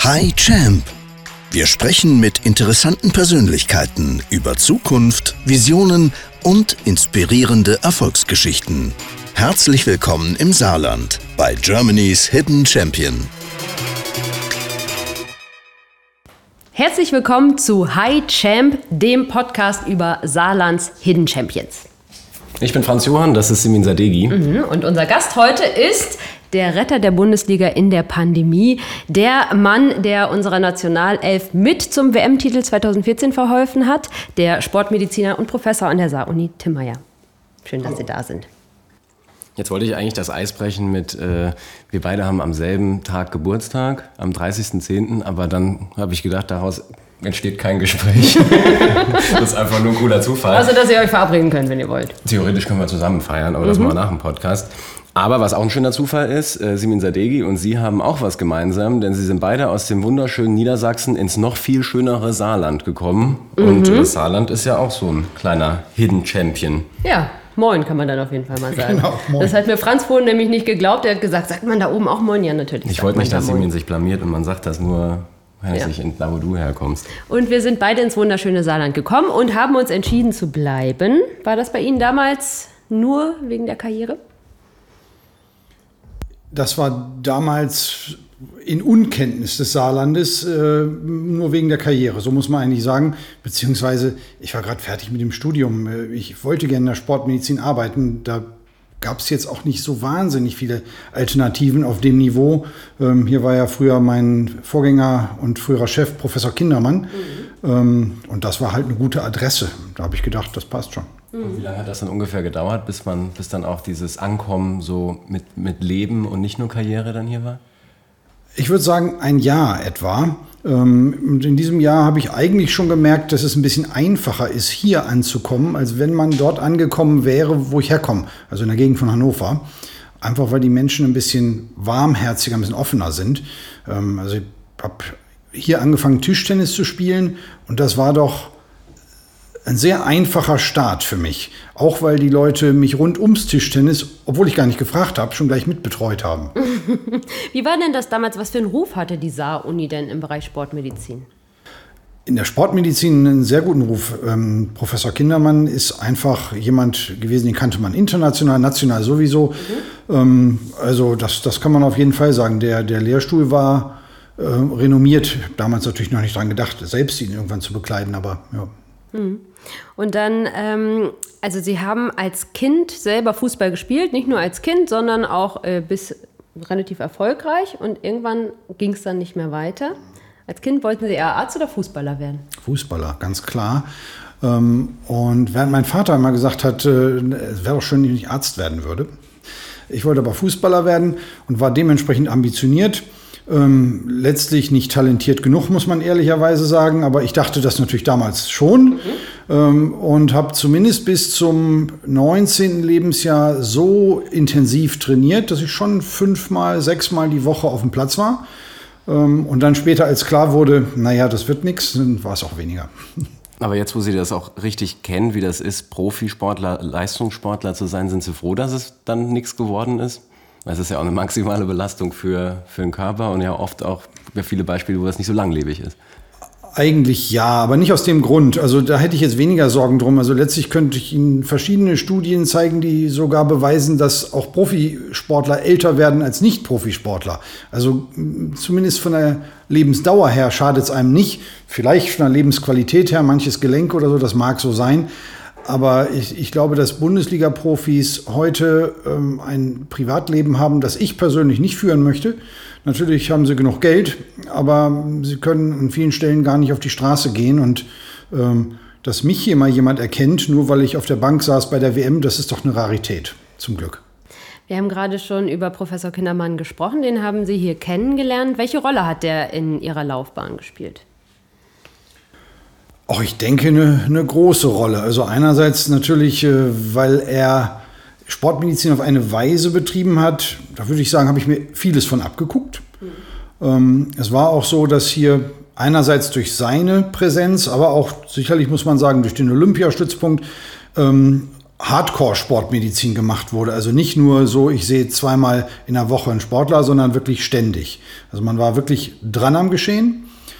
Hi Champ! Wir sprechen mit interessanten Persönlichkeiten über Zukunft, Visionen und inspirierende Erfolgsgeschichten. Herzlich willkommen im Saarland bei Germany's Hidden Champion. Herzlich willkommen zu Hi Champ, dem Podcast über Saarlands Hidden Champions. Ich bin Franz Johann, das ist Simin Sadeghi. Und unser Gast heute ist der Retter der Bundesliga in der Pandemie, der Mann, der unserer Nationalelf mit zum WM-Titel 2014 verholfen hat, der Sportmediziner und Professor an der Saar-Uni, Tim Meyer. Schön, dass Sie da sind. Jetzt wollte ich eigentlich das Eis brechen mit, wir beide haben am selben Tag Geburtstag, am 30.10., aber dann habe ich gedacht, daraus entsteht kein Gespräch. Das ist einfach nur ein cooler Zufall. Also, dass ihr euch verabreden könnt, wenn ihr wollt. Theoretisch können wir zusammen feiern, aber das machen wir nach dem Podcast. Aber was auch ein schöner Zufall ist, Simin Sadeghi und Sie haben auch was gemeinsam, denn Sie sind beide aus dem wunderschönen Niedersachsen ins noch viel schönere Saarland gekommen. Und das Saarland ist ja auch so ein kleiner Hidden Champion. Ja, moin kann man dann auf jeden Fall mal sagen. Genau, moin. Das hat mir Franz vorhin nämlich nicht geglaubt. Er hat gesagt, sagt man da oben auch moin? Ja, natürlich. Ich wollte nicht, dass Simin sich blamiert und man sagt das nur, wenn es nicht da, wo du herkommst. Und wir sind beide ins wunderschöne Saarland gekommen und haben uns entschieden zu bleiben. War das bei Ihnen damals nur wegen der Karriere? Das war damals in Unkenntnis des Saarlandes, nur wegen der Karriere, so muss man eigentlich sagen. Beziehungsweise, ich war gerade fertig mit dem Studium. Ich wollte gerne in der Sportmedizin arbeiten. Da gab es jetzt auch nicht so wahnsinnig viele Alternativen auf dem Niveau. Hier war ja früher mein Vorgänger und früherer Chef, Professor Kindermann. Und das war halt eine gute Adresse. Da habe ich gedacht, das passt schon. Und wie lange hat das dann ungefähr gedauert, bis dann auch dieses Ankommen so mit Leben und nicht nur Karriere dann hier war? Ich würde sagen, ein Jahr etwa. Und in diesem Jahr habe ich eigentlich schon gemerkt, dass es ein bisschen einfacher ist, hier anzukommen, als wenn man dort angekommen wäre, wo ich herkomme, also in der Gegend von Hannover. Einfach weil die Menschen ein bisschen warmherziger, ein bisschen offener sind. Also ich habe hier angefangen, Tischtennis zu spielen und das war doch ein sehr einfacher Start für mich. Auch weil die Leute mich rund ums Tischtennis, obwohl ich gar nicht gefragt habe, schon gleich mitbetreut haben. Wie war denn das damals? Was für einen Ruf hatte die Saar-Uni denn im Bereich Sportmedizin? In der Sportmedizin einen sehr guten Ruf. Professor Kindermann ist einfach jemand gewesen, den kannte man international, national sowieso. Also das kann man auf jeden Fall sagen. Der Lehrstuhl war renommiert. Damals natürlich noch nicht dran gedacht, selbst ihn irgendwann zu bekleiden, aber ja. Und dann, also Sie haben als Kind selber Fußball gespielt, nicht nur als Kind, sondern auch bis relativ erfolgreich und irgendwann ging es dann nicht mehr weiter. Als Kind wollten Sie eher Arzt oder Fußballer werden? Fußballer, ganz klar. Und während mein Vater immer gesagt hat, es wäre doch schön, wenn ich Arzt werden würde. Ich wollte aber Fußballer werden und war dementsprechend ambitioniert. Letztlich nicht talentiert genug, muss man ehrlicherweise sagen, aber ich dachte das natürlich damals schon und habe zumindest bis zum 19. Lebensjahr so intensiv trainiert, dass ich schon 5-mal, 6-mal die Woche auf dem Platz war und dann später, als klar wurde, naja, das wird nichts, dann war es auch weniger. Aber jetzt, wo Sie das auch richtig kennen, wie das ist, Profisportler, Leistungssportler zu sein, sind Sie froh, dass es dann nichts geworden ist? Das ist ja auch eine maximale Belastung für den Körper und ja oft auch viele Beispiele, wo das nicht so langlebig ist. Eigentlich ja, aber nicht aus dem Grund. Also da hätte ich jetzt weniger Sorgen drum. Also letztlich könnte ich Ihnen verschiedene Studien zeigen, die sogar beweisen, dass auch Profisportler älter werden als Nicht-Profisportler. Also zumindest von der Lebensdauer her schadet es einem nicht. Vielleicht von der Lebensqualität her, manches Gelenk oder so, das mag so sein. Aber ich glaube, dass Bundesliga-Profis heute ein Privatleben haben, das ich persönlich nicht führen möchte. Natürlich haben sie genug Geld, aber sie können an vielen Stellen gar nicht auf die Straße gehen. Und dass mich hier mal jemand erkennt, nur weil ich auf der Bank saß bei der WM, das ist doch eine Rarität, zum Glück. Wir haben gerade schon über Professor Kindermann gesprochen, den haben Sie hier kennengelernt. Welche Rolle hat der in Ihrer Laufbahn gespielt? Auch ich denke, eine große Rolle. Also einerseits natürlich, weil er Sportmedizin auf eine Weise betrieben hat, da würde ich sagen, habe ich mir vieles von abgeguckt. Es war auch so, dass hier einerseits durch seine Präsenz, aber auch sicherlich muss man sagen, durch den Olympiastützpunkt Hardcore-Sportmedizin gemacht wurde. Also nicht nur so, ich sehe zweimal in der Woche einen Sportler, sondern wirklich ständig. Also man war wirklich dran am Geschehen.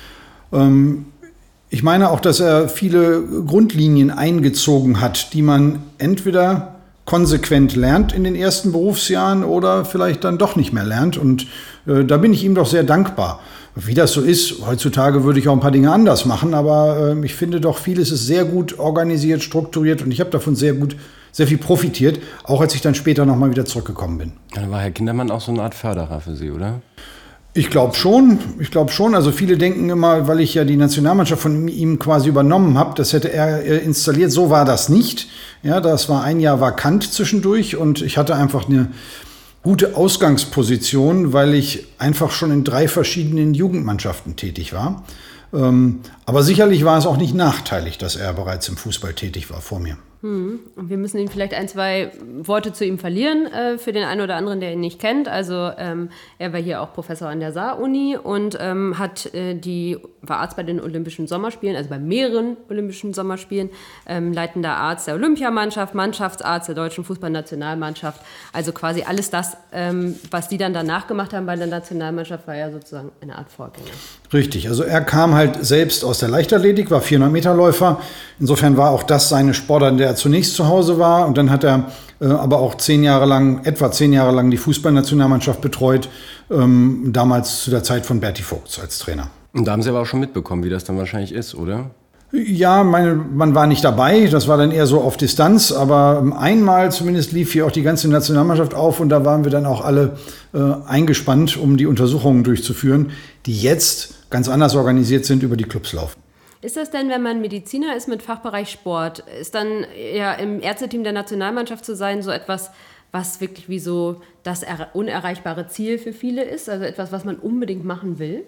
Ich meine auch, dass er viele Grundlinien eingezogen hat, die man entweder konsequent lernt in den ersten Berufsjahren oder vielleicht dann doch nicht mehr lernt. Und da bin ich ihm doch sehr dankbar. Wie das so ist, heutzutage würde ich auch ein paar Dinge anders machen, aber ich finde doch, vieles ist sehr gut organisiert, strukturiert und ich habe davon sehr viel profitiert, auch als ich dann später nochmal wieder zurückgekommen bin. Dann war Herr Kindermann auch so eine Art Förderer für Sie, oder? Ich glaube schon. Also viele denken immer, weil ich ja die Nationalmannschaft von ihm quasi übernommen habe, das hätte er installiert. So war das nicht. Ja, das war ein Jahr vakant zwischendurch und ich hatte einfach eine gute Ausgangsposition, weil ich einfach schon in 3 verschiedenen Jugendmannschaften tätig war. Aber sicherlich war es auch nicht nachteilig, dass er bereits im Fußball tätig war vor mir. Und wir müssen Ihnen vielleicht 1, 2 Worte zu ihm verlieren, für den einen oder anderen, der ihn nicht kennt. Also er war hier auch Professor an der Saar-Uni und war Arzt bei den Olympischen Sommerspielen, also bei mehreren Olympischen Sommerspielen, leitender Arzt der Olympiamannschaft, Mannschaftsarzt der deutschen Fußballnationalmannschaft. Also quasi alles das, was die dann danach gemacht haben bei der Nationalmannschaft, war ja sozusagen eine Art Vorgänger. Richtig, also er kam halt selbst aus der Leichtathletik, war 400-Meter-Läufer. Insofern war auch das seine Sportart, in der er zunächst zu Hause war. Und dann hat er aber auch etwa 10 Jahre lang die Fußballnationalmannschaft betreut, damals zu der Zeit von Berti Vogts als Trainer. Und da haben Sie aber auch schon mitbekommen, wie das dann wahrscheinlich ist, oder? Ja, man war nicht dabei, das war dann eher so auf Distanz, aber einmal zumindest lief hier auch die ganze Nationalmannschaft auf und da waren wir dann auch alle eingespannt, um die Untersuchungen durchzuführen, die jetzt ganz anders organisiert sind, über die Clubs laufen. Ist das denn, wenn man Mediziner ist mit Fachbereich Sport, ist dann ja im Ärzteteam der Nationalmannschaft zu sein so etwas, was wirklich wie so das unerreichbare Ziel für viele ist, also etwas, was man unbedingt machen will?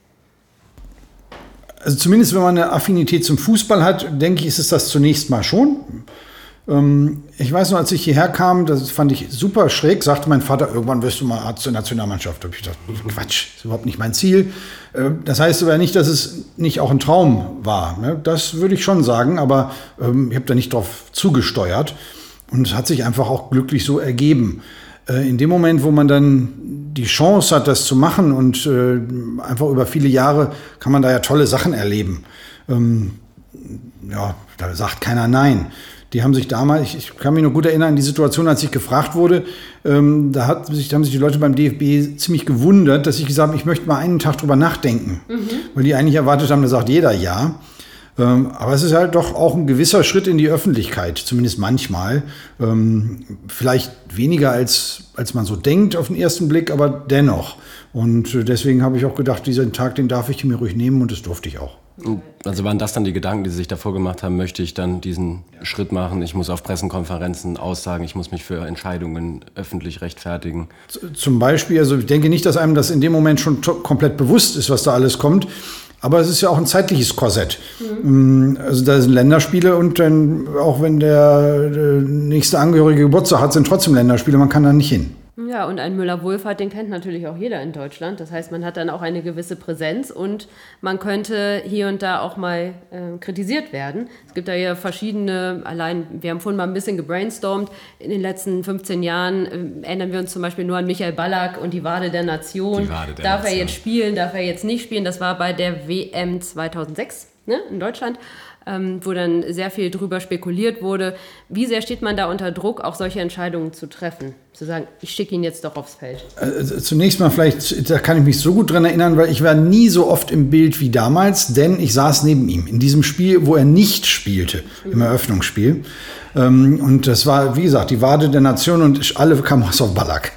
Also zumindest wenn man eine Affinität zum Fußball hat, denke ich, ist es das zunächst mal schon. Ich weiß noch, als ich hierher kam, das fand ich super schräg, sagte mein Vater, irgendwann wirst du mal Arzt der Nationalmannschaft. Da habe ich gedacht, Quatsch, das ist überhaupt nicht mein Ziel. Das heißt aber nicht, dass es nicht auch ein Traum war. Das würde ich schon sagen, aber ich habe da nicht drauf zugesteuert. Und es hat sich einfach auch glücklich so ergeben. In dem Moment, wo man dann die Chance hat, das zu machen und einfach über viele Jahre kann man da ja tolle Sachen erleben. Da sagt keiner nein. Die haben sich damals, ich kann mich noch gut erinnern an die Situation, als ich gefragt wurde, da haben sich die Leute beim DFB ziemlich gewundert, dass ich gesagt habe, ich möchte mal einen Tag drüber nachdenken. Weil die eigentlich erwartet haben, da sagt jeder ja. Aber es ist halt doch auch ein gewisser Schritt in die Öffentlichkeit, zumindest manchmal. Vielleicht weniger als man so denkt auf den ersten Blick, aber dennoch. Und deswegen habe ich auch gedacht, diesen Tag, den darf ich mir ruhig nehmen und das durfte ich auch. Also waren das dann die Gedanken, die Sie sich davor gemacht haben, möchte ich dann diesen Schritt machen, ich muss auf Pressekonferenzen aussagen, ich muss mich für Entscheidungen öffentlich rechtfertigen? Zum Beispiel, also ich denke nicht, dass einem das in dem Moment schon komplett bewusst ist, was da alles kommt. Aber es ist ja auch ein zeitliches Korsett. Also da sind Länderspiele und dann, auch wenn der nächste Angehörige Geburtstag hat, sind trotzdem Länderspiele, man kann da nicht hin. Ja, und ein Müller-Wohlfahrt, den kennt natürlich auch jeder in Deutschland. Das heißt, man hat dann auch eine gewisse Präsenz und man könnte hier und da auch mal kritisiert werden. Es gibt da ja verschiedene, wir haben vorhin mal ein bisschen gebrainstormt, in den letzten 15 Jahren erinnern wir uns zum Beispiel nur an Michael Ballack und die Wade der Nation. Darf er jetzt spielen, darf er jetzt nicht spielen? Das war bei der WM 2006 in Deutschland. Wo dann sehr viel drüber spekuliert wurde. Wie sehr steht man da unter Druck, auch solche Entscheidungen zu treffen? Zu sagen, ich schicke ihn jetzt doch aufs Feld. Zunächst mal vielleicht, da kann ich mich so gut dran erinnern, weil ich war nie so oft im Bild wie damals, denn ich saß neben ihm in diesem Spiel, wo er nicht spielte, im Eröffnungsspiel. Und das war, wie gesagt, die Wade der Nation und alle kamen auf Ballack.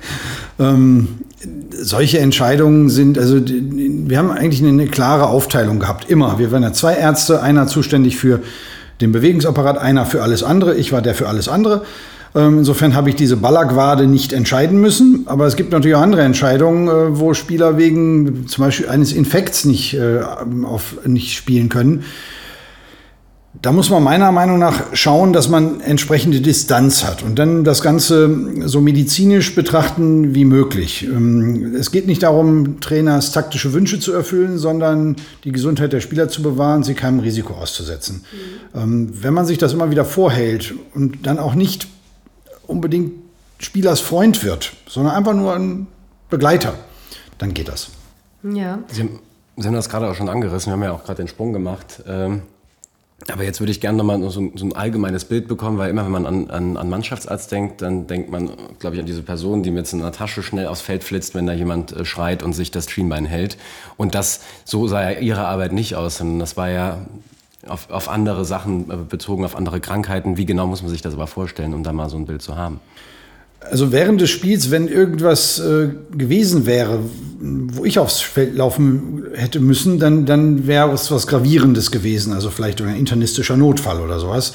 Solche Entscheidungen sind, also wir haben eigentlich eine klare Aufteilung gehabt, immer. Wir waren ja 2 Ärzte, einer zuständig für den Bewegungsapparat, einer für alles andere. Ich war der für alles andere. Insofern habe ich diese Ballack-Wade nicht entscheiden müssen. Aber es gibt natürlich auch andere Entscheidungen, wo Spieler wegen zum Beispiel eines Infekts nicht spielen können. Da muss man meiner Meinung nach schauen, dass man entsprechende Distanz hat und dann das Ganze so medizinisch betrachten wie möglich. Es geht nicht darum, Trainers taktische Wünsche zu erfüllen, sondern die Gesundheit der Spieler zu bewahren, sie keinem Risiko auszusetzen. Wenn man sich das immer wieder vorhält und dann auch nicht unbedingt Spielers Freund wird, sondern einfach nur ein Begleiter, dann geht das. Ja. Sie haben das gerade auch schon angerissen, wir haben ja auch gerade den Sprung gemacht. Aber jetzt würde ich gerne nochmal so ein allgemeines Bild bekommen, weil immer, wenn man an Mannschaftsarzt denkt, dann denkt man, glaube ich, an diese Person, die mit einer Tasche schnell aufs Feld flitzt, wenn da jemand schreit und sich das Schienbein hält. Und so sah ja Ihre Arbeit nicht aus, sondern das war ja auf andere Sachen bezogen, auf andere Krankheiten. Wie genau muss man sich das aber vorstellen, um da mal so ein Bild zu haben? Also während des Spiels, wenn irgendwas gewesen wäre, wo ich aufs Feld laufen hätte müssen, dann wäre es was Gravierendes gewesen, also vielleicht ein internistischer Notfall oder sowas.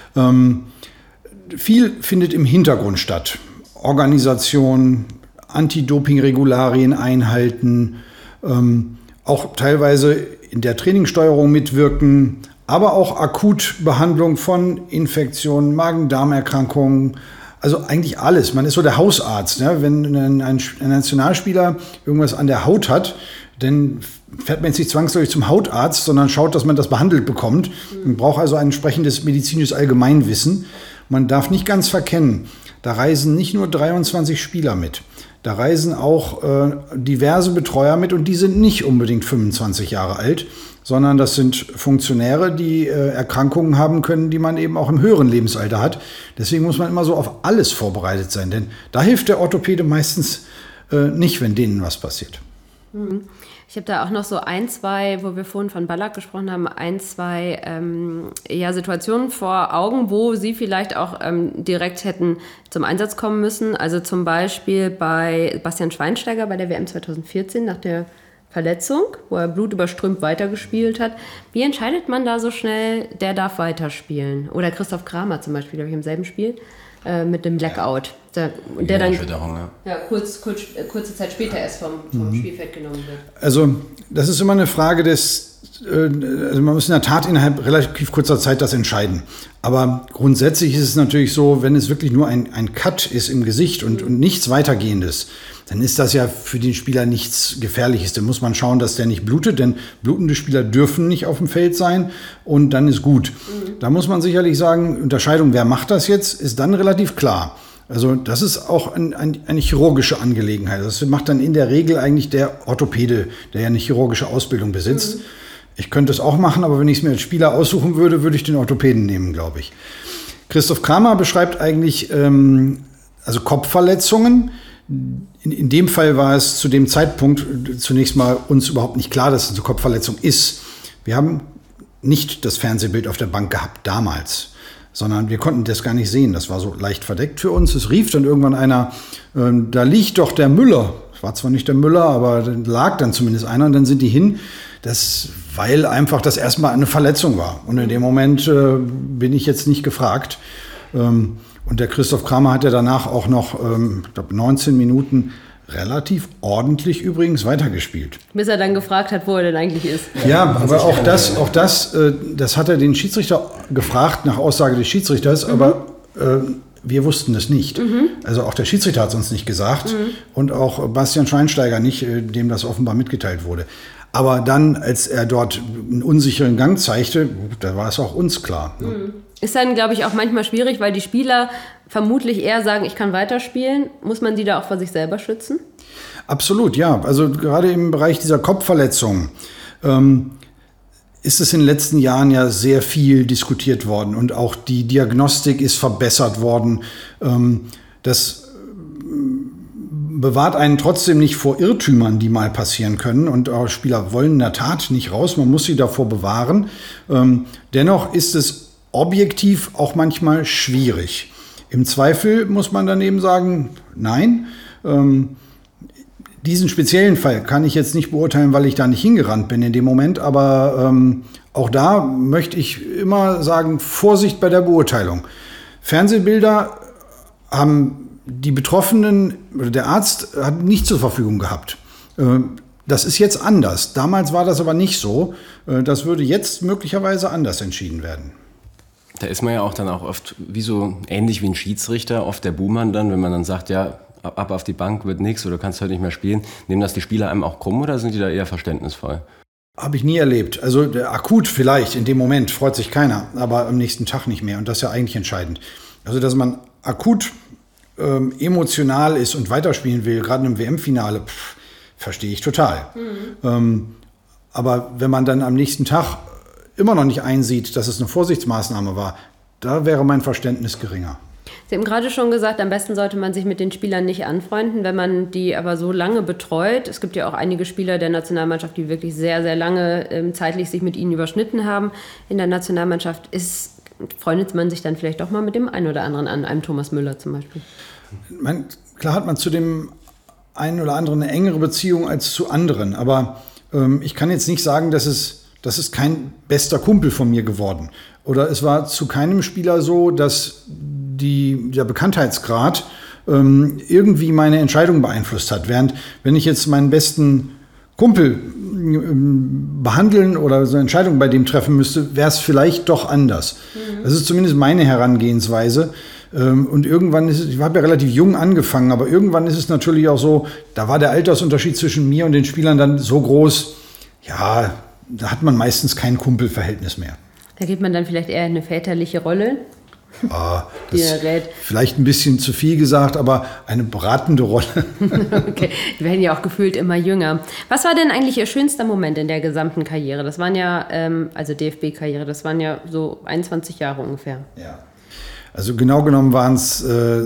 Viel findet im Hintergrund statt. Organisation, Anti-Doping-Regularien einhalten, auch teilweise in der Trainingssteuerung mitwirken, aber auch Akutbehandlung von Infektionen, Magen-Darm-Erkrankungen. Also eigentlich alles. Man ist so der Hausarzt. Ne? Wenn ein Nationalspieler irgendwas an der Haut hat, dann fährt man jetzt nicht zwangsläufig zum Hautarzt, sondern schaut, dass man das behandelt bekommt. Man braucht also ein entsprechendes medizinisches Allgemeinwissen. Man darf nicht ganz verkennen, da reisen nicht nur 23 Spieler mit. Da reisen auch diverse Betreuer mit und die sind nicht unbedingt 25 Jahre alt, sondern das sind Funktionäre, die Erkrankungen haben können, die man eben auch im höheren Lebensalter hat. Deswegen muss man immer so auf alles vorbereitet sein, denn da hilft der Orthopäde meistens nicht, wenn denen was passiert. Ich habe da auch noch so ein, zwei, wo wir vorhin von Ballack gesprochen haben, Situationen vor Augen, wo Sie vielleicht auch direkt hätten zum Einsatz kommen müssen. Also zum Beispiel bei Bastian Schweinsteiger bei der WM 2014 nach der Verletzung, wo er blutüberströmt weitergespielt hat. Wie entscheidet man da so schnell, der darf weiterspielen? Oder Christoph Kramer zum Beispiel, glaube ich, im selben Spiel mit dem Blackout. Der dann kurze Zeit später erst vom Spielfeld genommen wird. Also das ist immer eine Frage also man muss in der Tat innerhalb relativ kurzer Zeit das entscheiden. Aber grundsätzlich ist es natürlich so, wenn es wirklich nur ein Cut ist im Gesicht und nichts Weitergehendes, dann ist das ja für den Spieler nichts Gefährliches. Dann muss man schauen, dass der nicht blutet, denn blutende Spieler dürfen nicht auf dem Feld sein und dann ist gut. Da muss man sicherlich sagen, Unterscheidung, wer macht das jetzt, ist dann relativ klar. Also das ist auch eine chirurgische Angelegenheit. Das macht dann in der Regel eigentlich der Orthopäde, der ja eine chirurgische Ausbildung besitzt. Ich könnte es auch machen, aber wenn ich es mir als Spieler aussuchen würde, würde ich den Orthopäden nehmen, glaube ich. Christoph Kramer beschreibt eigentlich also Kopfverletzungen. In dem Fall war es zu dem Zeitpunkt zunächst mal uns überhaupt nicht klar, dass es eine Kopfverletzung ist. Wir haben nicht das Fernsehbild auf der Bank gehabt damals, sondern wir konnten das gar nicht sehen. Das war so leicht verdeckt für uns. Es rief dann irgendwann einer, da liegt doch der Müller. Das war zwar nicht der Müller, aber da lag dann zumindest einer und dann sind die hin. Weil einfach das erstmal eine Verletzung war. Und in dem Moment bin ich jetzt nicht gefragt. Und der Christoph Kramer hat ja danach auch noch, ich glaube 19 Minuten relativ ordentlich übrigens weitergespielt. Bis er dann gefragt hat, wo er denn eigentlich ist. Ja, aber auch das hat er den Schiedsrichter gefragt, nach Aussage des Schiedsrichters, aber wir wussten es nicht. Also auch der Schiedsrichter hat es uns nicht gesagt und auch Bastian Schweinsteiger nicht, dem das offenbar mitgeteilt wurde. Aber dann, als er dort einen unsicheren Gang zeigte, da war es auch uns klar. Ist dann, glaube ich, auch manchmal schwierig, weil die Spieler vermutlich eher sagen, ich kann weiterspielen. Muss man die da auch vor sich selber schützen? Absolut, ja. Also gerade im Bereich dieser Kopfverletzungen ist es in den letzten Jahren ja sehr viel diskutiert worden. Und auch die Diagnostik ist verbessert worden. Das bewahrt einen trotzdem nicht vor Irrtümern, die mal passieren können. Und Spieler wollen in der Tat nicht raus. Man muss sie davor bewahren. Dennoch ist es objektiv auch manchmal schwierig. Im Zweifel muss man daneben sagen, nein, diesen speziellen Fall kann ich jetzt nicht beurteilen, weil ich da nicht hingerannt bin in dem Moment. Aber auch da möchte ich immer sagen, Vorsicht bei der Beurteilung. Fernsehbilder haben die Betroffenen, oder der Arzt hat nicht zur Verfügung gehabt. Das ist jetzt anders. Damals war das aber nicht so. Das würde jetzt möglicherweise anders entschieden werden. Da ist man ja auch dann auch oft wie so ähnlich wie ein Schiedsrichter, oft der Buhmann dann, wenn man dann sagt, ja, ab auf die Bank wird nichts oder kannst heute nicht mehr spielen. Nehmen das die Spieler einem auch krumm oder sind die da eher verständnisvoll? Habe ich nie erlebt. Also akut vielleicht, in dem Moment freut sich keiner, aber am nächsten Tag nicht mehr. Und das ist ja eigentlich entscheidend. Also dass man akut emotional ist und weiterspielen will, gerade im WM-Finale, verstehe ich total. Aber wenn man dann am nächsten Tag immer noch nicht einsieht, dass es eine Vorsichtsmaßnahme war, da wäre mein Verständnis geringer. Sie haben gerade schon gesagt, am besten sollte man sich mit den Spielern nicht anfreunden, wenn man die aber so lange betreut. Es gibt ja auch einige Spieler der Nationalmannschaft, die wirklich sehr, sehr lange zeitlich sich mit ihnen überschnitten haben. In der Nationalmannschaft freundet man sich dann vielleicht doch mal mit dem einen oder anderen an, einem Thomas Müller zum Beispiel. Klar hat man zu dem einen oder anderen eine engere Beziehung als zu anderen, aber ich kann jetzt nicht sagen, das ist kein bester Kumpel von mir geworden. Oder es war zu keinem Spieler so, dass der Bekanntheitsgrad irgendwie meine Entscheidung beeinflusst hat. Während, wenn ich jetzt meinen besten Kumpel behandeln oder so eine Entscheidung bei dem treffen müsste, wäre es vielleicht doch anders. Das ist zumindest meine Herangehensweise. Und irgendwann ich habe ja relativ jung angefangen, aber irgendwann ist es natürlich auch so, da war der Altersunterschied zwischen mir und den Spielern dann so groß, ja, da hat man meistens kein Kumpelverhältnis mehr. Da geht man dann vielleicht eher in eine väterliche Rolle. Das vielleicht ein bisschen zu viel gesagt, aber eine beratende Rolle. Okay, die werden ja auch gefühlt immer jünger. Was war denn eigentlich Ihr schönster Moment in der gesamten Karriere? Das waren ja, also DFB-Karriere, das waren ja so 21 Jahre ungefähr. Ja. Also genau genommen waren es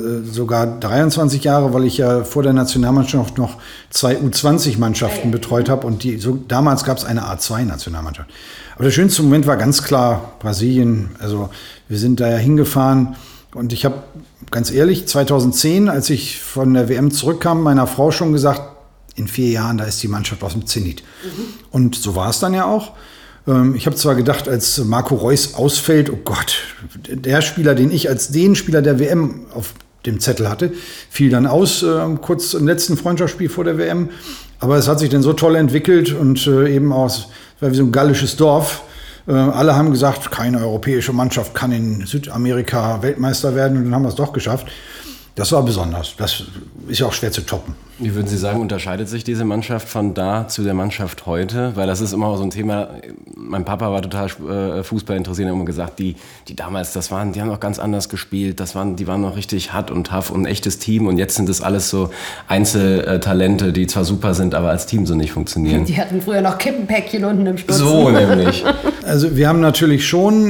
sogar 23 Jahre, weil ich ja vor der Nationalmannschaft noch 2 U20-Mannschaften betreut habe und damals gab es eine A2-Nationalmannschaft. Aber der schönste Moment war ganz klar Brasilien. Also wir sind da ja hingefahren und ich habe ganz ehrlich 2010, als ich von der WM zurückkam, meiner Frau schon gesagt, in 4 Jahren, da ist die Mannschaft aus dem Zenit. Und so war es dann ja auch. Ich habe zwar gedacht, als Marco Reus ausfällt, oh Gott, der Spieler, den ich als den Spieler der WM auf dem Zettel hatte, fiel dann aus, kurz im letzten Freundschaftsspiel vor der WM. Aber es hat sich dann so toll entwickelt und eben es war wie so ein gallisches Dorf. Alle haben gesagt, keine europäische Mannschaft kann in Südamerika Weltmeister werden und dann haben wir es doch geschafft. Das war besonders. Das ist ja auch schwer zu toppen. Wie würden Sie sagen, unterscheidet sich diese Mannschaft von da zu der Mannschaft heute? Weil das ist immer so ein Thema, mein Papa war total Fußball interessiert und hat immer gesagt, die damals, die haben noch ganz anders gespielt, die waren noch richtig hart und tough und ein echtes Team und jetzt sind das alles so Einzeltalente, die zwar super sind, aber als Team so nicht funktionieren. Die hatten früher noch Kippenpäckchen unten im Stutzen. So nämlich. Also wir haben natürlich schon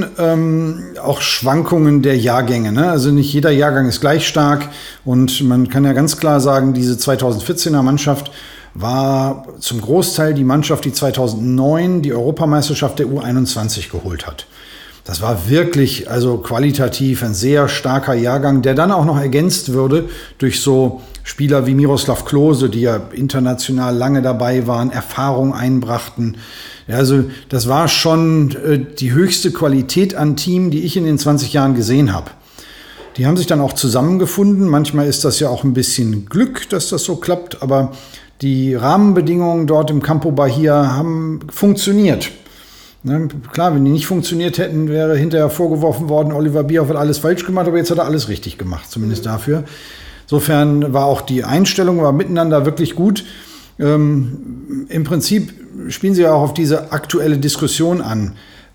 auch Schwankungen der Jahrgänge, ne? Also nicht jeder Jahrgang ist gleich stark und man kann ja ganz klar sagen, diese 2014er Mannschaft war zum Großteil die Mannschaft, die 2009 die Europameisterschaft der U21 geholt hat. Das war wirklich, also qualitativ ein sehr starker Jahrgang, der dann auch noch ergänzt würde durch so Spieler wie Miroslav Klose, die ja international lange dabei waren, Erfahrung einbrachten. Ja, also das war schon die höchste Qualität an Team, die ich in den 20 Jahren gesehen habe. Die haben sich dann auch zusammengefunden. Manchmal ist das ja auch ein bisschen Glück, dass das so klappt, aber die Rahmenbedingungen dort im Campo Bahia haben funktioniert. Ne, klar, wenn die nicht funktioniert hätten, wäre hinterher vorgeworfen worden, Oliver Bierhoff hat alles falsch gemacht, aber jetzt hat er alles richtig gemacht, zumindest dafür. Insofern war auch die Einstellung, war miteinander wirklich gut. Im Prinzip spielen sie ja auch auf diese aktuelle Diskussion an.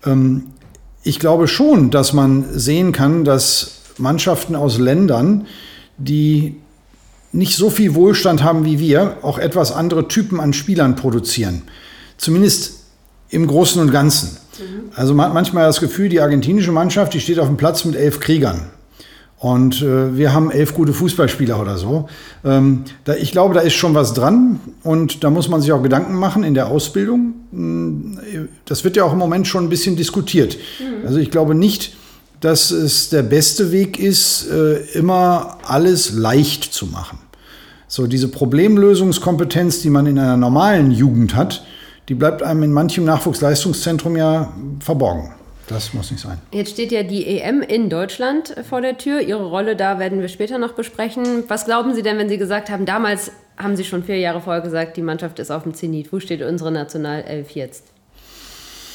Ich glaube schon, dass man sehen kann, dass Mannschaften aus Ländern, die nicht so viel Wohlstand haben wie wir, auch etwas andere Typen an Spielern produzieren. Zumindest im Großen und Ganzen. Also man hat manchmal das Gefühl, die argentinische Mannschaft, die steht auf dem Platz mit 11 Kriegern. Und wir haben 11 gute Fußballspieler oder so. Ich glaube, da ist schon was dran. Und da muss man sich auch Gedanken machen in der Ausbildung. Das wird ja auch im Moment schon ein bisschen diskutiert. Also ich glaube nicht, dass es der beste Weg ist, immer alles leicht zu machen. So diese Problemlösungskompetenz, die man in einer normalen Jugend hat, die bleibt einem in manchem Nachwuchsleistungszentrum ja verborgen. Das muss nicht sein. Jetzt steht ja die EM in Deutschland vor der Tür. Ihre Rolle da werden wir später noch besprechen. Was glauben Sie denn, wenn Sie gesagt haben, damals haben Sie schon 4 Jahre vorher gesagt, die Mannschaft ist auf dem Zenit. Wo steht unsere Nationalelf jetzt?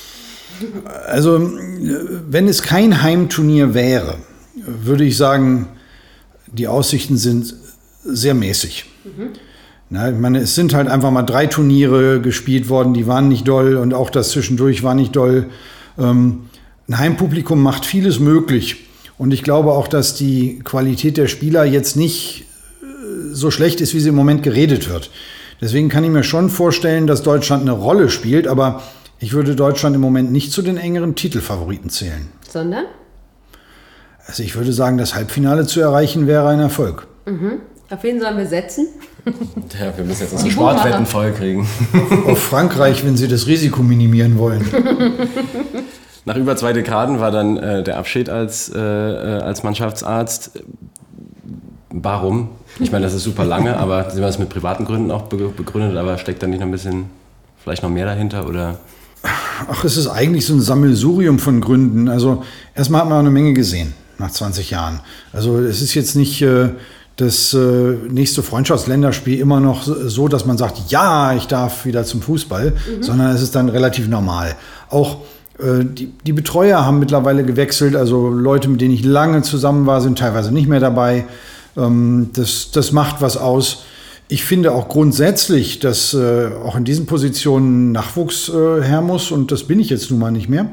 Also, wenn es kein Heimturnier wäre, würde ich sagen, die Aussichten sind sehr mäßig. Na, ich meine, es sind halt einfach mal 3 Turniere gespielt worden, die waren nicht doll und auch das zwischendurch war nicht doll. Ein Heimpublikum macht vieles möglich. Und ich glaube auch, dass die Qualität der Spieler jetzt nicht so schlecht ist, wie sie im Moment geredet wird. Deswegen kann ich mir schon vorstellen, dass Deutschland eine Rolle spielt, aber ich würde Deutschland im Moment nicht zu den engeren Titelfavoriten zählen. Sondern? Also ich würde sagen, das Halbfinale zu erreichen wäre ein Erfolg. Auf wen sollen wir setzen? Ja, wir müssen jetzt unsere Sportwetten voll kriegen. Auf Frankreich, wenn sie das Risiko minimieren wollen. Nach über 2 Dekaden war dann der Abschied als Mannschaftsarzt. Warum? Ich meine, das ist super lange, aber Sie haben es mit privaten Gründen auch begründet, aber steckt da nicht noch ein bisschen, vielleicht noch mehr dahinter, oder? Ach, es ist eigentlich so ein Sammelsurium von Gründen. Also erstmal hat man auch eine Menge gesehen nach 20 Jahren. Also es ist jetzt nicht das nächste Freundschaftsländerspiel immer noch so, dass man sagt, ja, ich darf wieder zum Fußball, sondern es ist dann relativ normal. Auch die Betreuer haben mittlerweile gewechselt, also Leute, mit denen ich lange zusammen war, sind teilweise nicht mehr dabei. Das macht was aus. Ich finde auch grundsätzlich, dass auch in diesen Positionen Nachwuchs her muss und das bin ich jetzt nun mal nicht mehr.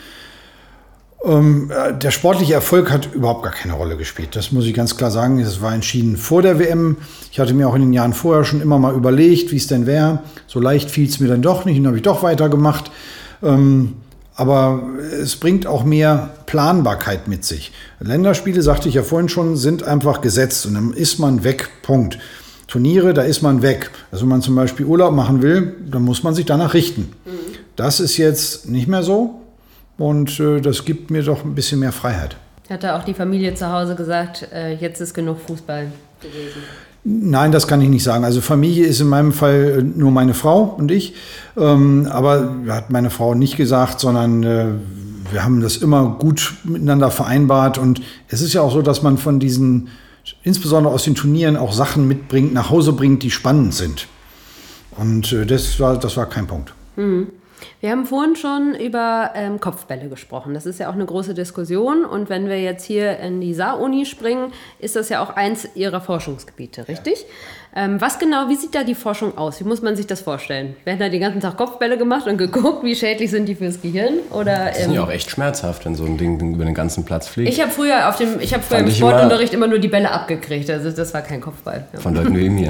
Der sportliche Erfolg hat überhaupt gar keine Rolle gespielt. Das muss ich ganz klar sagen. Das war entschieden vor der WM. Ich hatte mir auch in den Jahren vorher schon immer mal überlegt, wie es denn wäre. So leicht fiel es mir dann doch nicht und habe ich doch weitergemacht. Aber es bringt auch mehr Planbarkeit mit sich. Länderspiele, sagte ich ja vorhin schon, sind einfach gesetzt und dann ist man weg, Punkt. Turniere, da ist man weg. Also wenn man zum Beispiel Urlaub machen will, dann muss man sich danach richten. Das ist jetzt nicht mehr so und das gibt mir doch ein bisschen mehr Freiheit. Hat da auch die Familie zu Hause gesagt, jetzt ist genug Fußball gewesen? Nein, das kann ich nicht sagen. Also Familie ist in meinem Fall nur meine Frau und ich. Aber hat meine Frau nicht gesagt, sondern wir haben das immer gut miteinander vereinbart. Und es ist ja auch so, dass man von diesen, insbesondere aus den Turnieren, auch Sachen mitbringt, nach Hause bringt, die spannend sind. Und das war kein Punkt. Wir haben vorhin schon über Kopfbälle gesprochen. Das ist ja auch eine große Diskussion. Und wenn wir jetzt hier in die Saar-Uni springen, ist das ja auch eins Ihrer Forschungsgebiete, richtig? Was genau, wie sieht da die Forschung aus? Wie muss man sich das vorstellen? Werden da den ganzen Tag Kopfbälle gemacht und geguckt, wie schädlich sind die fürs Gehirn? Oder, das ist ja auch echt schmerzhaft, wenn so ein Ding über den ganzen Platz fliegt. Ich habe früher im Sportunterricht immer nur die Bälle abgekriegt. Also das war kein Kopfball. Ja. Von Leuten wie mir.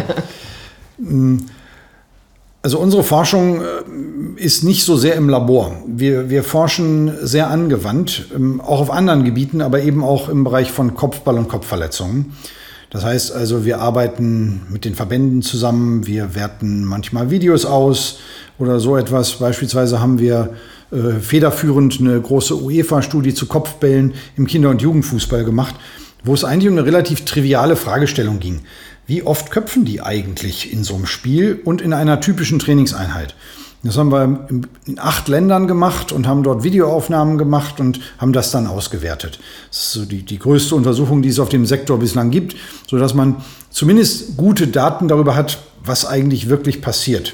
Also unsere Forschung ist nicht so sehr im Labor. Wir forschen sehr angewandt, auch auf anderen Gebieten, aber eben auch im Bereich von Kopfball- und Kopfverletzungen. Das heißt also, wir arbeiten mit den Verbänden zusammen, wir werten manchmal Videos aus oder so etwas. Beispielsweise haben wir federführend eine große UEFA-Studie zu Kopfbällen im Kinder- und Jugendfußball gemacht, wo es eigentlich um eine relativ triviale Fragestellung ging. Wie oft köpfen die eigentlich in so einem Spiel und in einer typischen Trainingseinheit? Das haben wir in 8 Ländern gemacht und haben dort Videoaufnahmen gemacht und haben das dann ausgewertet. Das ist so die größte Untersuchung, die es auf dem Sektor bislang gibt, sodass man zumindest gute Daten darüber hat, was eigentlich wirklich passiert.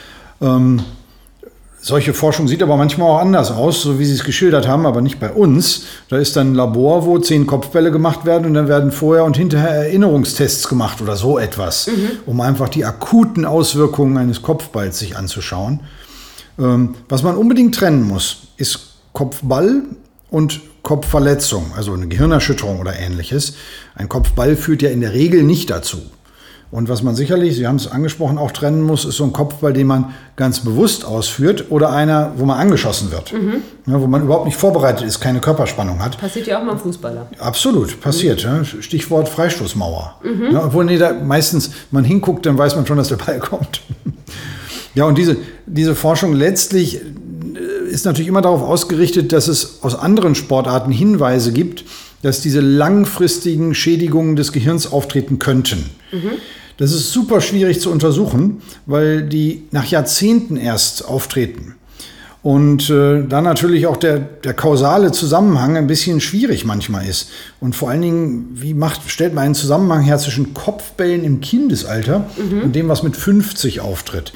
Solche Forschung sieht aber manchmal auch anders aus, so wie Sie es geschildert haben, aber nicht bei uns. Da ist dann ein Labor, wo 10 Kopfbälle gemacht werden und dann werden vorher und hinterher Erinnerungstests gemacht oder so etwas, um einfach die akuten Auswirkungen eines Kopfballs sich anzuschauen. Was man unbedingt trennen muss, ist Kopfball und Kopfverletzung, also eine Gehirnerschütterung oder Ähnliches. Ein Kopfball führt ja in der Regel nicht dazu. Und was man sicherlich, Sie haben es angesprochen, auch trennen muss, ist so ein Kopfball, den man ganz bewusst ausführt oder einer, wo man angeschossen wird. Ja, wo man überhaupt nicht vorbereitet ist, keine Körperspannung hat. Passiert ja auch mal im Fußballer. Absolut, passiert. Ja. Stichwort Freistoßmauer. Ja, obwohl meistens man hinguckt, dann weiß man schon, dass der Ball kommt. Ja, und diese Forschung letztlich ist natürlich immer darauf ausgerichtet, dass es aus anderen Sportarten Hinweise gibt, dass diese langfristigen Schädigungen des Gehirns auftreten könnten. Das ist super schwierig zu untersuchen, weil die nach Jahrzehnten erst auftreten. Und da natürlich auch der kausale Zusammenhang ein bisschen schwierig manchmal ist. Und vor allen Dingen, stellt man einen Zusammenhang her zwischen Kopfbällen im Kindesalter und dem, was mit 50 auftritt.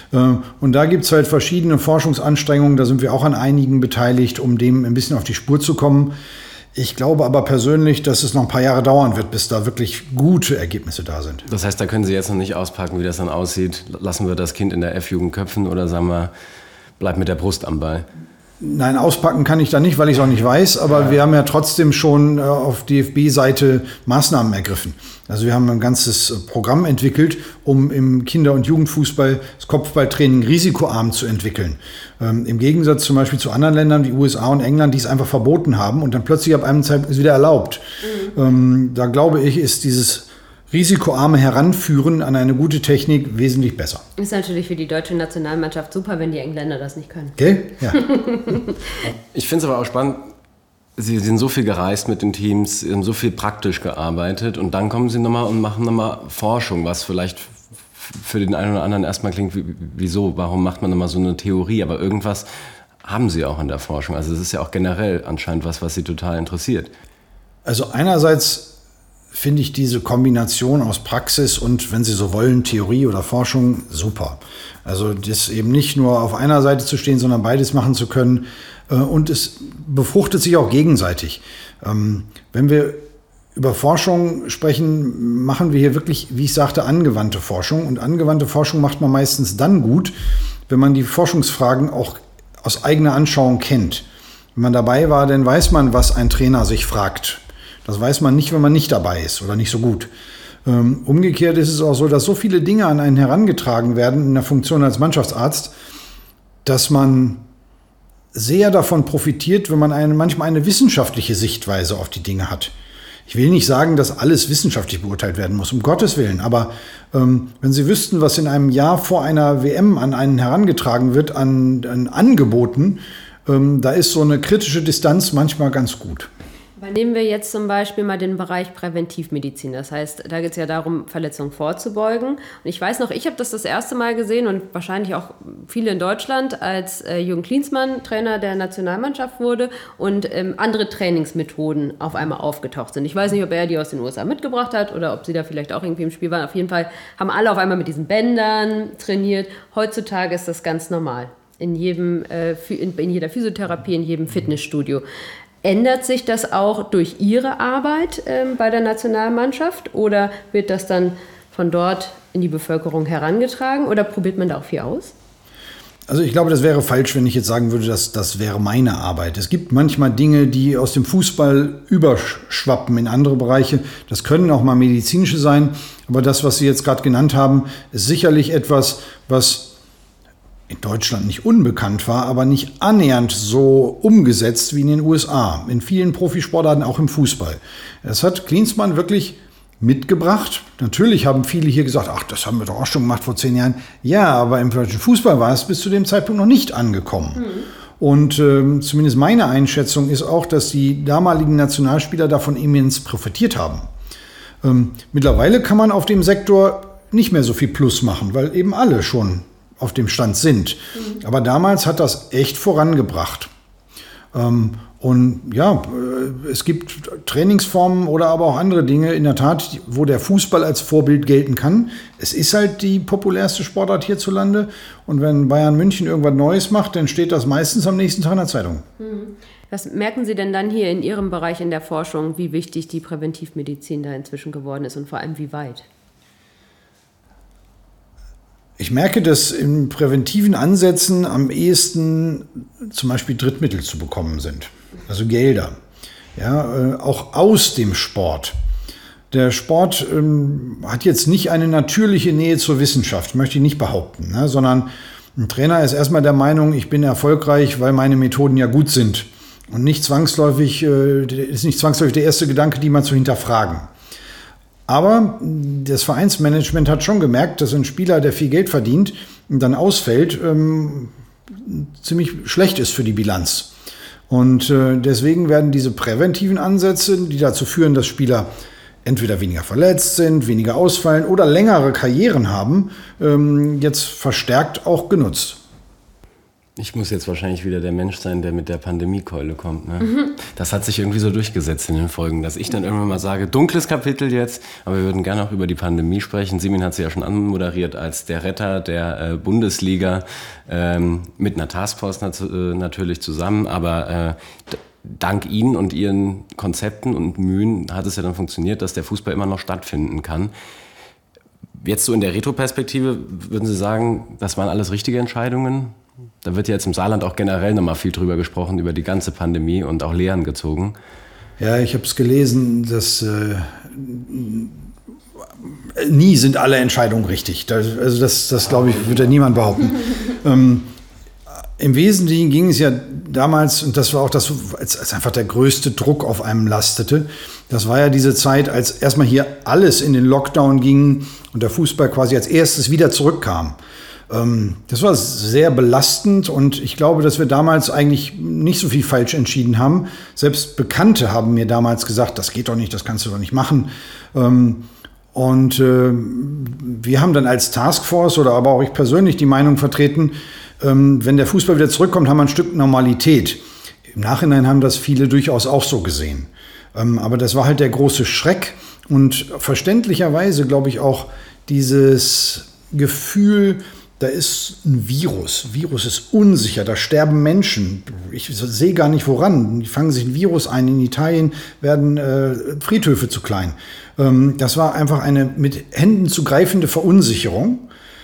Und da gibt es halt verschiedene Forschungsanstrengungen, da sind wir auch an einigen beteiligt, um dem ein bisschen auf die Spur zu kommen. Ich glaube aber persönlich, dass es noch ein paar Jahre dauern wird, bis da wirklich gute Ergebnisse da sind. Das heißt, da können Sie jetzt noch nicht auspacken, wie das dann aussieht. Lassen wir das Kind in der F-Jugend köpfen oder sagen wir, bleib mit der Brust am Ball? Nein, auspacken kann ich da nicht, weil ich es auch nicht weiß, aber wir haben ja trotzdem schon auf DFB-Seite Maßnahmen ergriffen. Also wir haben ein ganzes Programm entwickelt, um im Kinder- und Jugendfußball das Kopfballtraining risikoarm zu entwickeln. Im Gegensatz zum Beispiel zu anderen Ländern wie USA und England, die es einfach verboten haben und dann plötzlich ab einem Zeitpunkt wieder erlaubt. Da glaube ich, ist dieses risikoarme Heranführen an eine gute Technik wesentlich besser. Ist natürlich für die deutsche Nationalmannschaft super, wenn die Engländer das nicht können. Okay? Ja. Ich finde es aber auch spannend, Sie sind so viel gereist mit den Teams, Sie haben so viel praktisch gearbeitet und dann kommen Sie nochmal und machen nochmal Forschung, was vielleicht für den einen oder anderen erstmal klingt, wieso, warum macht man nochmal so eine Theorie, aber irgendwas haben Sie auch in der Forschung. Also es ist ja auch generell anscheinend was Sie total interessiert. Also einerseits finde ich diese Kombination aus Praxis und, wenn Sie so wollen, Theorie oder Forschung super. Also das eben nicht nur auf einer Seite zu stehen, sondern beides machen zu können. Und es befruchtet sich auch gegenseitig. Wenn wir über Forschung sprechen, machen wir hier wirklich, wie ich sagte, angewandte Forschung. Und angewandte Forschung macht man meistens dann gut, wenn man die Forschungsfragen auch aus eigener Anschauung kennt. Wenn man dabei war, dann weiß man, was ein Trainer sich fragt. Das weiß man nicht, wenn man nicht dabei ist oder nicht so gut. Umgekehrt ist es auch so, dass so viele Dinge an einen herangetragen werden in der Funktion als Mannschaftsarzt, dass man sehr davon profitiert, wenn man manchmal eine wissenschaftliche Sichtweise auf die Dinge hat. Ich will nicht sagen, dass alles wissenschaftlich beurteilt werden muss, um Gottes Willen. Aber wenn Sie wüssten, was in einem Jahr vor einer WM an einen herangetragen wird, an Angeboten, da ist so eine kritische Distanz manchmal ganz gut. Aber nehmen wir jetzt zum Beispiel mal den Bereich Präventivmedizin. Das heißt, da geht es ja darum, Verletzungen vorzubeugen. Und ich weiß noch, ich habe das erste Mal gesehen und wahrscheinlich auch viele in Deutschland, als Jürgen Klinsmann Trainer der Nationalmannschaft wurde und andere Trainingsmethoden auf einmal aufgetaucht sind. Ich weiß nicht, ob er die aus den USA mitgebracht hat oder ob sie da vielleicht auch irgendwie im Spiel waren. Auf jeden Fall haben alle auf einmal mit diesen Bändern trainiert. Heutzutage ist das ganz normal. In jeder Physiotherapie, in jedem Fitnessstudio. Ändert sich das auch durch Ihre Arbeit bei der Nationalmannschaft oder wird das dann von dort in die Bevölkerung herangetragen oder probiert man da auch viel aus? Also ich glaube, das wäre falsch, wenn ich jetzt sagen würde, dass das wäre meine Arbeit. Es gibt manchmal Dinge, die aus dem Fußball überschwappen in andere Bereiche. Das können auch mal medizinische sein. Aber das, was Sie jetzt gerade genannt haben, ist sicherlich etwas, was in Deutschland nicht unbekannt war, aber nicht annähernd so umgesetzt wie in den USA. In vielen Profisportarten, auch im Fußball. Das hat Klinsmann wirklich mitgebracht. Natürlich haben viele hier gesagt, ach, das haben wir doch auch schon gemacht vor 10 Jahren. Ja, aber im deutschen Fußball war es bis zu dem Zeitpunkt noch nicht angekommen. Und zumindest meine Einschätzung ist auch, dass die damaligen Nationalspieler davon immens profitiert haben. Mittlerweile kann man auf dem Sektor nicht mehr so viel Plus machen, weil eben alle schon auf dem Stand sind. Aber damals hat das echt vorangebracht. Und ja, es gibt Trainingsformen oder aber auch andere Dinge in der Tat, wo der Fußball als Vorbild gelten kann. Es ist halt die populärste Sportart hierzulande. Und wenn Bayern München irgendwas Neues macht, dann steht das meistens am nächsten Tag in der Zeitung. Was merken Sie denn dann hier in Ihrem Bereich in der Forschung, wie wichtig die Präventivmedizin da inzwischen geworden ist und vor allem wie weit? Ich merke, dass in präventiven Ansätzen am ehesten zum Beispiel Drittmittel zu bekommen sind, also Gelder, ja, auch aus dem Sport. Der Sport hat jetzt nicht eine natürliche Nähe zur Wissenschaft, möchte ich nicht behaupten, ne, sondern ein Trainer ist erstmal der Meinung, ich bin erfolgreich, weil meine Methoden ja gut sind und nicht zwangsläufig, ist nicht zwangsläufig der erste Gedanke, die mal zu hinterfragen. Aber das Vereinsmanagement hat schon gemerkt, dass ein Spieler, der viel Geld verdient und dann ausfällt, ziemlich schlecht ist für die Bilanz. Und deswegen werden diese präventiven Ansätze, die dazu führen, dass Spieler entweder weniger verletzt sind, weniger ausfallen oder längere Karrieren haben, jetzt verstärkt auch genutzt. Ich muss jetzt wahrscheinlich wieder der Mensch sein, der mit der Pandemiekeule kommt. Ne? Das hat sich irgendwie so durchgesetzt in den Folgen, dass ich dann irgendwann mal sage, dunkles Kapitel jetzt, aber wir würden gerne auch über die Pandemie sprechen. Simin hat sie ja schon anmoderiert als der Retter der Bundesliga, mit einer Taskforce natürlich zusammen, aber dank Ihnen und Ihren Konzepten und Mühen hat es ja dann funktioniert, dass der Fußball immer noch stattfinden kann. Jetzt so in der Retroperspektive, würden Sie sagen, das waren alles richtige Entscheidungen? Da wird ja jetzt im Saarland auch generell nochmal viel drüber gesprochen, über die ganze Pandemie und auch Lehren gezogen. Ja, ich habe es gelesen, dass nie sind alle Entscheidungen richtig. Das glaube ich, wird ja niemand behaupten. Im Wesentlichen ging es ja damals, und das war auch das, als einfach der größte Druck auf einem lastete, das war ja diese Zeit, als erstmal hier alles in den Lockdown ging und der Fußball quasi als erstes wieder zurückkam. Das war sehr belastend und ich glaube, dass wir damals eigentlich nicht so viel falsch entschieden haben. Selbst Bekannte haben mir damals gesagt, das geht doch nicht, das kannst du doch nicht machen. Und wir haben dann als Taskforce oder aber auch ich persönlich die Meinung vertreten, wenn der Fußball wieder zurückkommt, haben wir ein Stück Normalität. Im Nachhinein haben das viele durchaus auch so gesehen. Aber das war halt der große Schreck und verständlicherweise, glaube ich, auch dieses Gefühl, da ist ein Virus. Virus ist unsicher, da sterben Menschen. Ich sehe gar nicht woran. Die fangen sich ein Virus ein. In Italien werden Friedhöfe zu klein. Das war einfach eine mit Händen zu greifende Verunsicherung.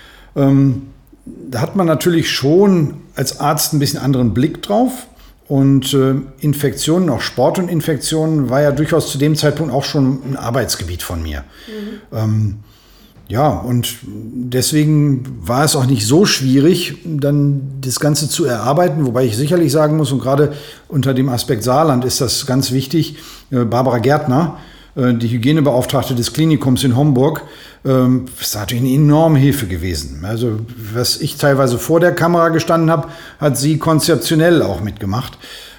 Da hat man natürlich schon als Arzt ein bisschen anderen Blick drauf. Und Infektionen, auch Sport und Infektionen, war ja durchaus zu dem Zeitpunkt auch schon ein Arbeitsgebiet von mir. Ja, und deswegen war es auch nicht so schwierig, dann das Ganze zu erarbeiten, wobei ich sicherlich sagen muss, und gerade unter dem Aspekt Saarland ist das ganz wichtig, Barbara Gärtner, die Hygienebeauftragte des Klinikums in Homburg, ist natürlich eine enorme Hilfe gewesen. Also was ich teilweise vor der Kamera gestanden habe, hat sie konzeptionell auch mitgemacht.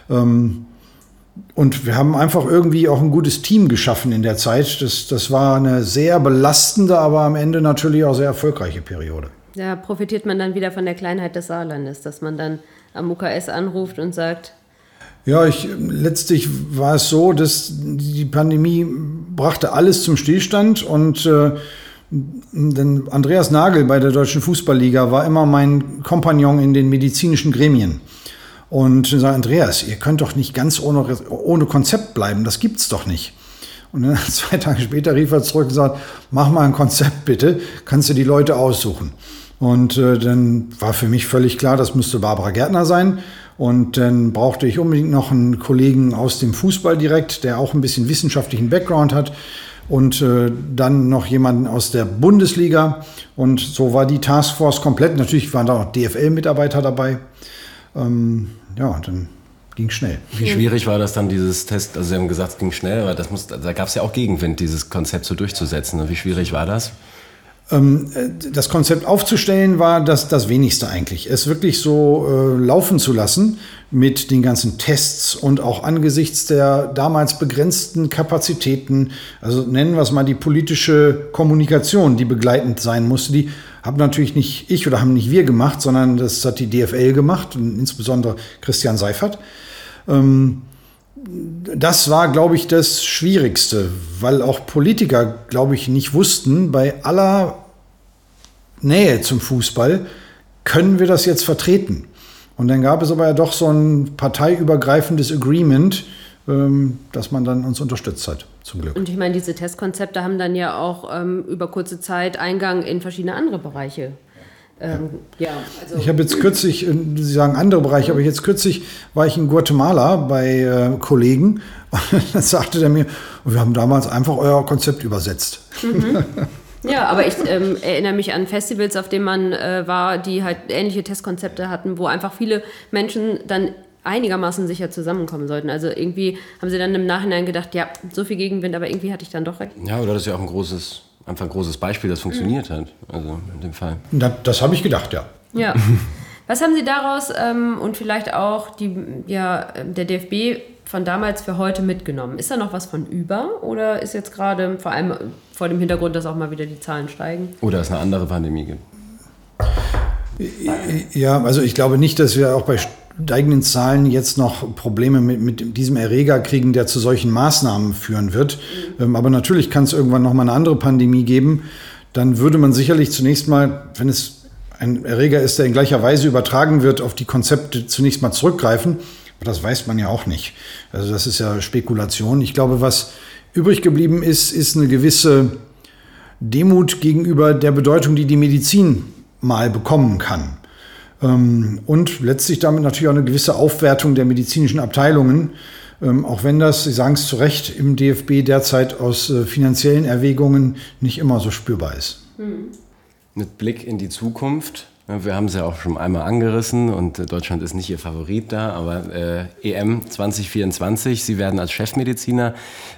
Und wir haben einfach irgendwie auch ein gutes Team geschaffen in der Zeit. Das war eine sehr belastende, aber am Ende natürlich auch sehr erfolgreiche Periode. Da profitiert man dann wieder von der Kleinheit des Saarlandes, dass man dann am UKS anruft und sagt... Ja, letztlich war es so, dass die Pandemie brachte alles zum Stillstand und denn Andreas Nagel bei der Deutschen Fußballliga war immer mein Kompagnon in den medizinischen Gremien. Und ich sage, Andreas, ihr könnt doch nicht ganz ohne Konzept bleiben, das gibt's doch nicht. Und dann 2 Tage später rief er zurück und sagt, mach mal ein Konzept bitte, kannst du die Leute aussuchen. Und dann war für mich völlig klar, das müsste Barbara Gärtner sein. Und dann brauchte ich unbedingt noch einen Kollegen aus dem Fußball direkt, der auch ein bisschen wissenschaftlichen Background hat. Und dann noch jemanden aus der Bundesliga. Und so war die Taskforce komplett. Natürlich waren da auch DFL-Mitarbeiter dabei. Ja, und dann ging es schnell. Wie schwierig war das dann, dieses Test? Also Sie haben gesagt, es ging schnell, aber da gab es ja auch Gegenwind, dieses Konzept so durchzusetzen. Und wie schwierig war das? Das Konzept aufzustellen war das Wenigste eigentlich. Es wirklich so laufen zu lassen mit den ganzen Tests und auch angesichts der damals begrenzten Kapazitäten, also nennen wir es mal die politische Kommunikation, die begleitend sein musste, die haben natürlich nicht ich oder haben nicht wir gemacht, sondern das hat die DFL gemacht und insbesondere Christian Seifert. Das war, glaube ich, das Schwierigste, weil auch Politiker, glaube ich, nicht wussten, bei aller Nähe zum Fußball, können wir das jetzt vertreten? Und dann gab es aber ja doch so ein parteiübergreifendes Agreement, dass man dann uns unterstützt hat, zum Glück. Und ich meine, diese Testkonzepte haben dann ja auch über kurze Zeit Eingang in verschiedene andere Bereiche. Also ich habe jetzt kürzlich, Sie sagen andere Bereiche, aber jetzt kürzlich war ich in Guatemala bei Kollegen und dann sagte der mir, wir haben damals einfach euer Konzept übersetzt. Ja, aber ich erinnere mich an Festivals, auf denen man war, die halt ähnliche Testkonzepte hatten, wo einfach viele Menschen dann einigermaßen sicher zusammenkommen sollten. Also irgendwie haben sie dann im Nachhinein gedacht, ja, so viel Gegenwind, aber irgendwie hatte ich dann doch recht. Ja, oder das ist ja auch ein großes Beispiel, das funktioniert hat. Also in dem Fall. Das habe ich gedacht, ja. Ja. Was haben Sie daraus und vielleicht auch der DFB von damals für heute mitgenommen? Ist da noch was von über oder ist jetzt gerade vor allem vor dem Hintergrund, dass auch mal wieder die Zahlen steigen? Oder es eine andere Pandemie gibt? Ja, also ich glaube nicht, dass wir auch bei steigenden Zahlen jetzt noch Probleme mit diesem Erreger kriegen, der zu solchen Maßnahmen führen wird. Aber natürlich kann es irgendwann noch mal eine andere Pandemie geben. Dann würde man sicherlich zunächst mal, wenn es ein Erreger ist, der in gleicher Weise übertragen wird, auf die Konzepte zunächst mal zurückgreifen. Aber das weiß man ja auch nicht. Also das ist ja Spekulation. Ich glaube, was übrig geblieben ist eine gewisse Demut gegenüber der Bedeutung, die die Medizin mal bekommen kann. Und letztlich damit natürlich auch eine gewisse Aufwertung der medizinischen Abteilungen, auch wenn das, Sie sagen es zu Recht, im DFB derzeit aus finanziellen Erwägungen nicht immer so spürbar ist. Mit Blick in die Zukunft, wir haben es ja auch schon einmal angerissen und Deutschland ist nicht Ihr Favorit da, aber EM 2024, Sie werden als Chefmediziner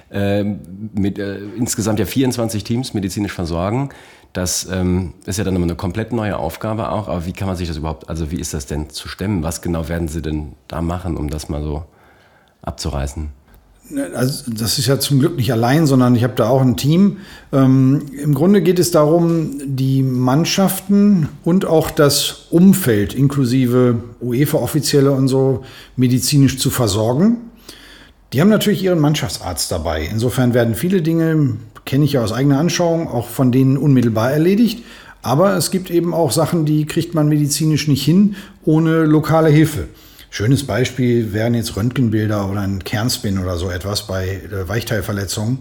mit insgesamt ja 24 Teams medizinisch versorgen. Das ist ja dann immer eine komplett neue Aufgabe auch, aber wie kann man sich das überhaupt, also wie ist das denn zu stemmen? Was genau werden Sie denn da machen, um das mal so abzureißen? Also das ist ja zum Glück nicht allein, sondern ich habe da auch ein Team. Im Grunde geht es darum, die Mannschaften und auch das Umfeld inklusive UEFA-Offizielle und so medizinisch zu versorgen. Die haben natürlich ihren Mannschaftsarzt dabei. Insofern werden viele Dinge, kenne ich ja aus eigener Anschauung, auch von denen unmittelbar erledigt. Aber es gibt eben auch Sachen, die kriegt man medizinisch nicht hin ohne lokale Hilfe. Schönes Beispiel wären jetzt Röntgenbilder oder ein Kernspin oder so etwas bei Weichteilverletzungen.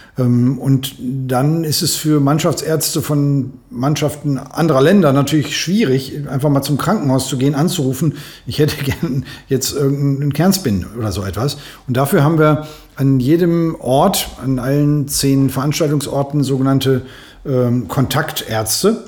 Und dann ist es für Mannschaftsärzte von Mannschaften anderer Länder natürlich schwierig, einfach mal zum Krankenhaus zu gehen, anzurufen, ich hätte gern jetzt irgendeinen Kernspin oder so etwas. Und dafür haben wir an jedem Ort, an allen 10 Veranstaltungsorten sogenannte Kontaktärzte.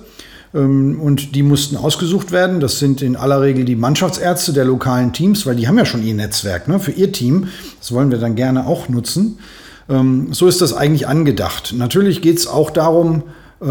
Und die mussten ausgesucht werden. Das sind in aller Regel die Mannschaftsärzte der lokalen Teams, weil die haben ja schon ihr Netzwerk, ne, für ihr Team. Das wollen wir dann gerne auch nutzen. So ist das eigentlich angedacht. Natürlich geht es auch darum,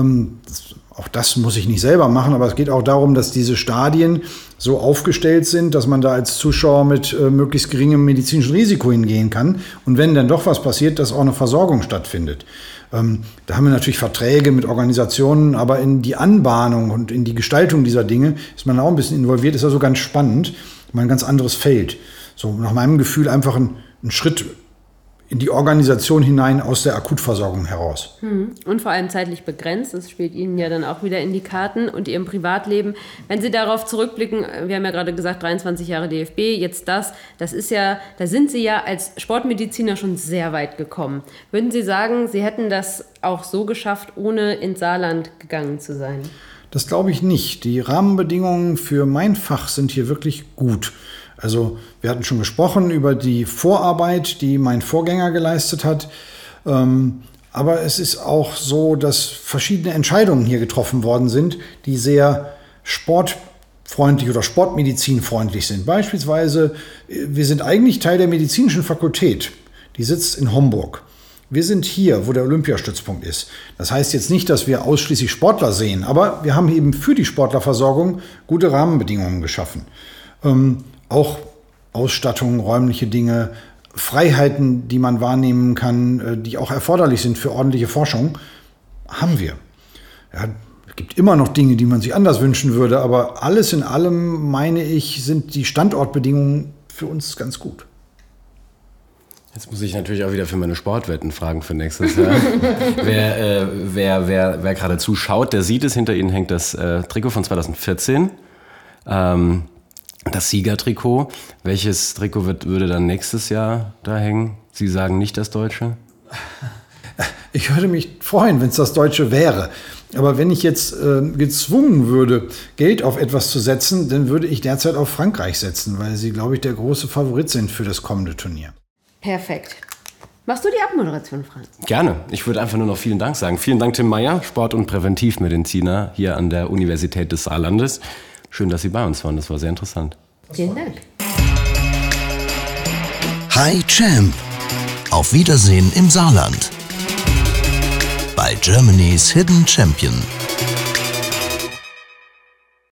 auch das muss ich nicht selber machen, aber es geht auch darum, dass diese Stadien so aufgestellt sind, dass man da als Zuschauer mit möglichst geringem medizinischen Risiko hingehen kann. Und wenn dann doch was passiert, dass auch eine Versorgung stattfindet. Da haben wir natürlich Verträge mit Organisationen, aber in die Anbahnung und in die Gestaltung dieser Dinge ist man auch ein bisschen involviert. Ist also ganz spannend, mal ein ganz anderes Feld. So nach meinem Gefühl einfach ein Schritt in die Organisation hinein aus der Akutversorgung heraus. Und vor allem zeitlich begrenzt. Das spielt Ihnen ja dann auch wieder in die Karten und Ihrem Privatleben. Wenn Sie darauf zurückblicken, wir haben ja gerade gesagt, 23 Jahre DFB, jetzt das ist ja, da sind Sie ja als Sportmediziner schon sehr weit gekommen. Würden Sie sagen, Sie hätten das auch so geschafft, ohne ins Saarland gegangen zu sein? Das glaube ich nicht. Die Rahmenbedingungen für mein Fach sind hier wirklich gut. Also wir hatten schon gesprochen über die Vorarbeit, die mein Vorgänger geleistet hat. Aber es ist auch so, dass verschiedene Entscheidungen hier getroffen worden sind, die sehr sportfreundlich oder sportmedizinfreundlich sind. Beispielsweise, wir sind eigentlich Teil der medizinischen Fakultät. Die sitzt in Homburg. Wir sind hier, wo der Olympiastützpunkt ist. Das heißt jetzt nicht, dass wir ausschließlich Sportler sehen, aber wir haben eben für die Sportlerversorgung gute Rahmenbedingungen geschaffen. Auch Ausstattung, räumliche Dinge, Freiheiten, die man wahrnehmen kann, die auch erforderlich sind für ordentliche Forschung, haben wir. Ja, es gibt immer noch Dinge, die man sich anders wünschen würde, aber alles in allem, meine ich, sind die Standortbedingungen für uns ganz gut. Jetzt muss ich natürlich auch wieder für meine Sportwetten fragen für nächstes Jahr. Wer gerade zuschaut, der sieht es, hinter Ihnen hängt das Trikot von 2014. Das Siegertrikot. Welches Trikot würde dann nächstes Jahr da hängen? Sie sagen nicht das Deutsche? Ich würde mich freuen, wenn es das Deutsche wäre. Aber wenn ich jetzt gezwungen würde, Geld auf etwas zu setzen, dann würde ich derzeit auf Frankreich setzen, weil sie, glaube ich, der große Favorit sind für das kommende Turnier. Perfekt. Machst du die Abmoderation, Frank? Gerne. Ich würde einfach nur noch vielen Dank sagen. Vielen Dank, Tim Meyer, Sport- und Präventivmediziner hier an der Universität des Saarlandes. Schön, dass Sie bei uns waren. Das war sehr interessant. Vielen Dank. Hi Champ. Auf Wiedersehen im Saarland. Bei Germany's Hidden Champion.